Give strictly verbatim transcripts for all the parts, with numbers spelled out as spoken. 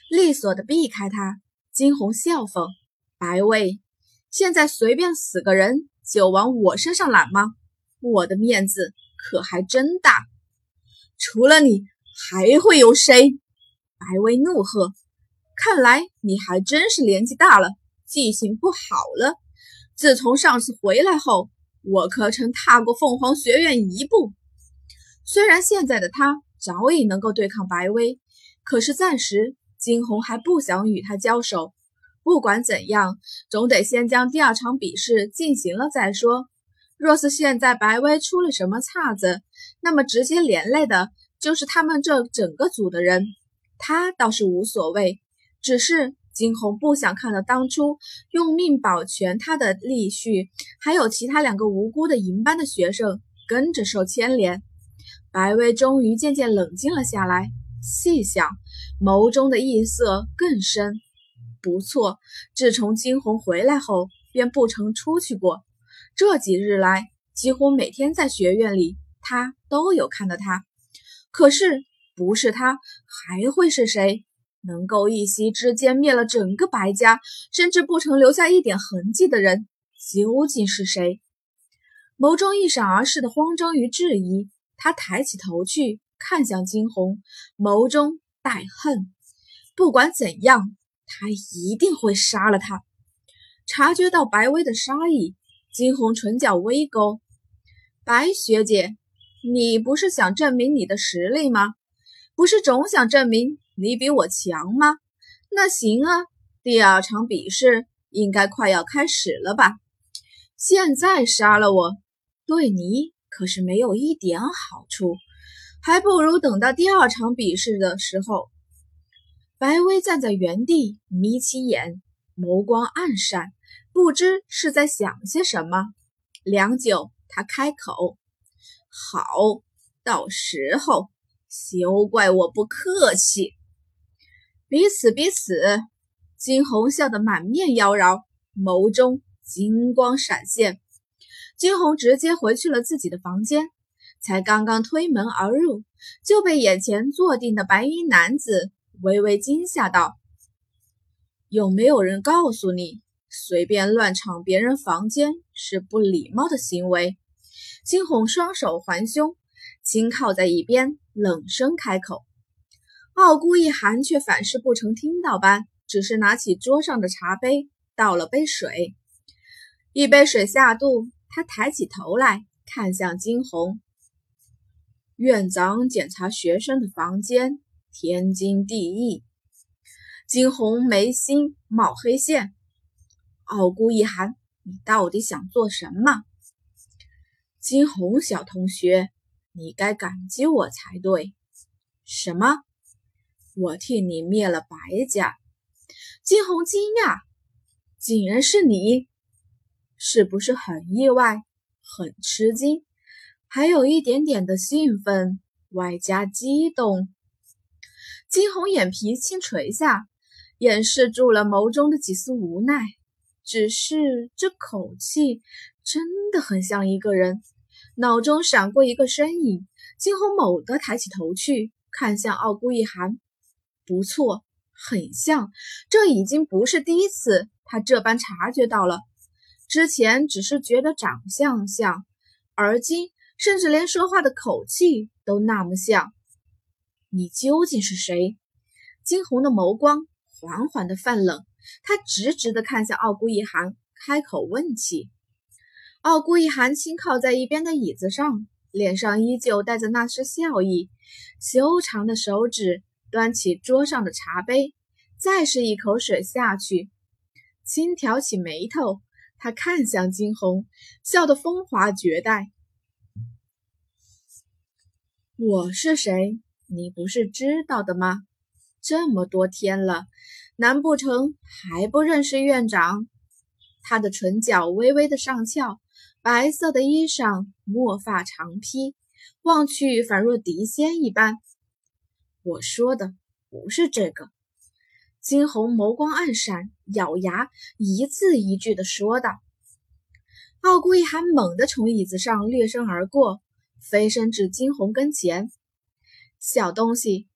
利索地避开他。惊鸿笑讽：白薇，现在随便死个人就往我身上揽吗？我的面子可还真大。除了你还会有谁？白薇怒喝。看来你还真是年纪大了，记性不好了。自从上次回来后，我可曾踏过凤凰学院一步。虽然现在的他早已能够对抗白薇，可是暂时惊鸿还不想与他交手。不管怎样，总得先将第二场比试进行了再说。若是现在白薇出了什么岔子，那么直接连累的就是他们这整个组的人。他倒是无所谓，只是惊鸿不想看到当初用命保全他的厉旭，还有其他两个无辜的银班的学生跟着受牵连。白薇终于渐渐冷静了下来，细想，眸中的异色更深。不错，自从惊鸿回来后，便不曾出去过。这几日来，几乎每天在学院里，他都有看到他。可是，不是他，还会是谁？能够一夕之间灭了整个白家，甚至不曾留下一点痕迹的人，究竟是谁？眸中一闪而逝的慌张与质疑，他抬起头去，看向惊鸿，眸中带恨。不管怎样，他一定会杀了他。察觉到白薇的杀意，惊鸿唇角微勾。白学姐，你不是想证明你的实力吗？不是总想证明你比我强吗？那行啊，第二场比试应该快要开始了吧？现在杀了我，对你可是没有一点好处，还不如等到第二场比试的时候。白薇站在原地，眯起眼，眸光暗闪，不知是在想些什么。良久，他开口：好，到时候休怪我不客气。彼此彼此。惊鸿笑得满面妖娆，眸中金光闪现。惊鸿直接回去了自己的房间，才刚刚推门而入，就被眼前坐定的白衣男子微微惊吓到。有没有人告诉你，随便乱闯别人房间是不礼貌的行为？惊鸿双手环胸，轻靠在一边，冷声开口。傲孤一寒却反是不曾听到般，只是拿起桌上的茶杯，倒了杯水。一杯水下肚，他抬起头来，看向惊鸿。院长检查学生的房间，天经地义。惊鸿眉心冒黑线。傲孤一寒，你到底想做什么？惊鸿小同学，你该感激我才对。什么？我替你灭了白家。惊鸿惊讶，竟然是你，是不是很意外，很吃惊，还有一点点的兴奋，外加激动？惊鸿眼皮轻垂下，掩饰住了眸中的几丝无奈，只是这口气真的很像一个人。脑中闪过一个身影，惊鸿猛地抬起头去，看向傲孤一寒。不错，很像，这已经不是第一次他这般察觉到了。之前只是觉得长相像，而今甚至连说话的口气都那么像。你究竟是谁？惊鸿的眸光缓缓地泛冷，他直直地看向傲孤一寒，开口问起。傲孤一寒轻靠在一边的椅子上，脸上依旧带着那丝笑意，修长的手指端起桌上的茶杯，再是一口水下去，轻挑起眉头，他看向惊鸿，笑得风华绝代。我是谁，你不是知道的吗？这么多天了，难不成还不认识院长？他的唇角微微的上翘，白色的衣裳，墨发长披，望去仿若狄仙一般。我说的不是这个。惊鸿眸光暗闪，咬牙一字一句地说道。傲孤一寒猛地从椅子上掠身而过，飞身至惊鸿跟前。小东西，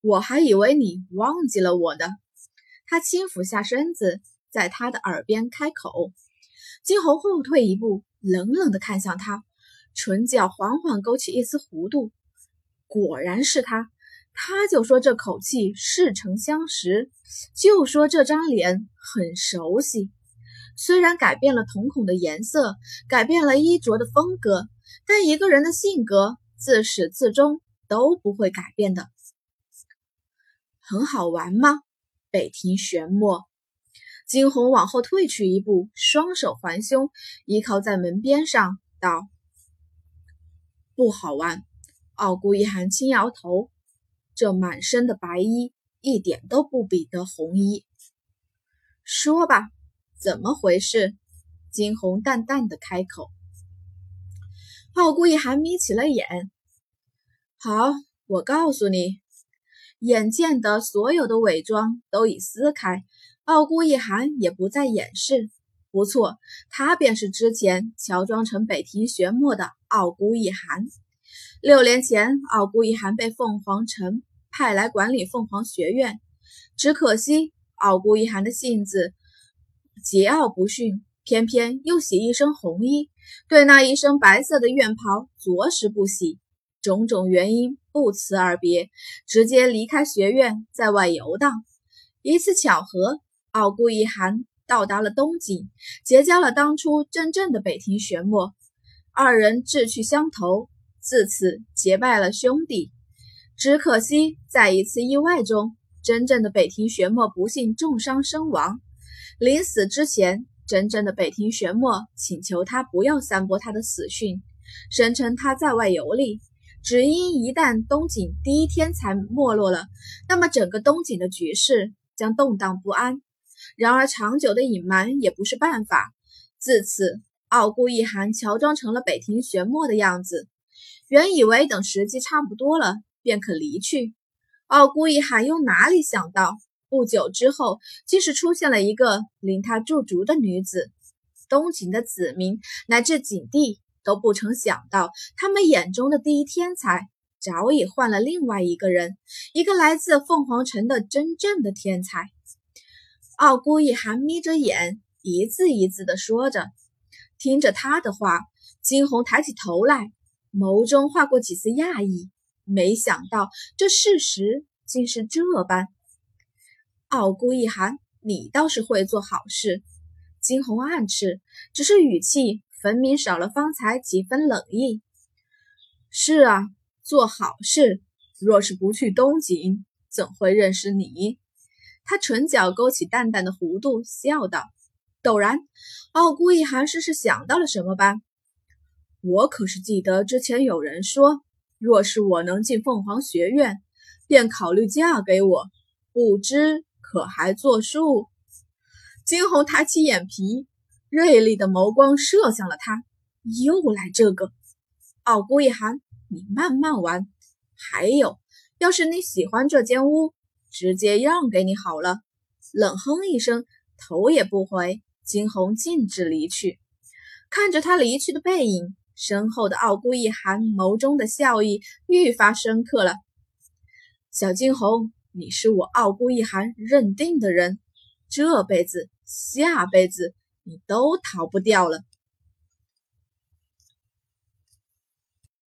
我还以为你忘记了我呢。他轻俯下身子，在他的耳边开口。金红后退一步，冷冷地看向他，唇角缓缓勾起一丝弧度。果然是他，他就说这口气似曾相识，就说这张脸很熟悉。虽然改变了瞳孔的颜色，改变了衣着的风格，但一个人的性格自始至终都不会改变的。很好玩吗？北庭玄墨。金红往后退去一步，双手环胸，依靠在门边上，道：不好玩。傲孤一寒轻摇头，这满身的白衣一点都不比得红衣。说吧，怎么回事？金红淡淡的开口。傲孤一寒眯起了眼。好，我告诉你。眼见的所有的伪装都已撕开，傲孤一寒也不再掩饰。不错，他便是之前乔装成北庭玄墨的傲孤一寒。六年前，傲孤一寒被凤凰城派来管理凤凰学院，只可惜傲孤一寒的性子桀骜不驯，偏偏又喜一身红衣，对那一身白色的院袍着实不喜。种种原因不辞而别，直接离开学院，在外游荡。一次巧合，傲孤一寒到达了东京，结交了当初真正的北庭玄墨，二人志趣相投，自此结拜了兄弟。只可惜在一次意外中，真正的北庭玄墨不幸重伤身亡。临死之前，真正的北庭玄墨请求他不要散播他的死讯，声称他在外游历，只因一旦东景第一天才没落了，那么整个东景的局势将动荡不安。然而长久的隐瞒也不是办法，自此傲孤一寒乔装成了北庭玄墨的样子，原以为等时机差不多了便可离去。傲孤一寒又哪里想到，不久之后竟是出现了一个令他驻足的女子。东景的子民乃至景帝都不曾想到，他们眼中的第一天才早已换了另外一个人，一个来自凤凰城的真正的天才。傲孤一寒眯着眼，一字一字地说着。听着他的话，金红抬起头来，眸中划过几丝讶异，没想到这事实竟是这般。傲孤一寒，你倒是会做好事。金红暗斥，只是语气分明少了方才几分冷意。是啊，做好事，若是不去东景，怎会认识你？他唇角勾起淡淡的弧度，笑道。陡然，傲孤一寒似是想到了什么般。我可是记得之前有人说，若是我能进凤凰学院，便考虑嫁给我，不知可还作数？金红抬起眼皮，锐利的眸光射向了他。又来这个。傲孤一寒，你慢慢玩。还有，要是你喜欢这间屋，直接让给你好了。冷哼一声，头也不回，金红径直离去。看着他离去的背影，身后的傲孤一寒眸中的笑意愈发深刻了。小金红，你是我傲孤一寒认定的人，这辈子下辈子你都逃不掉了。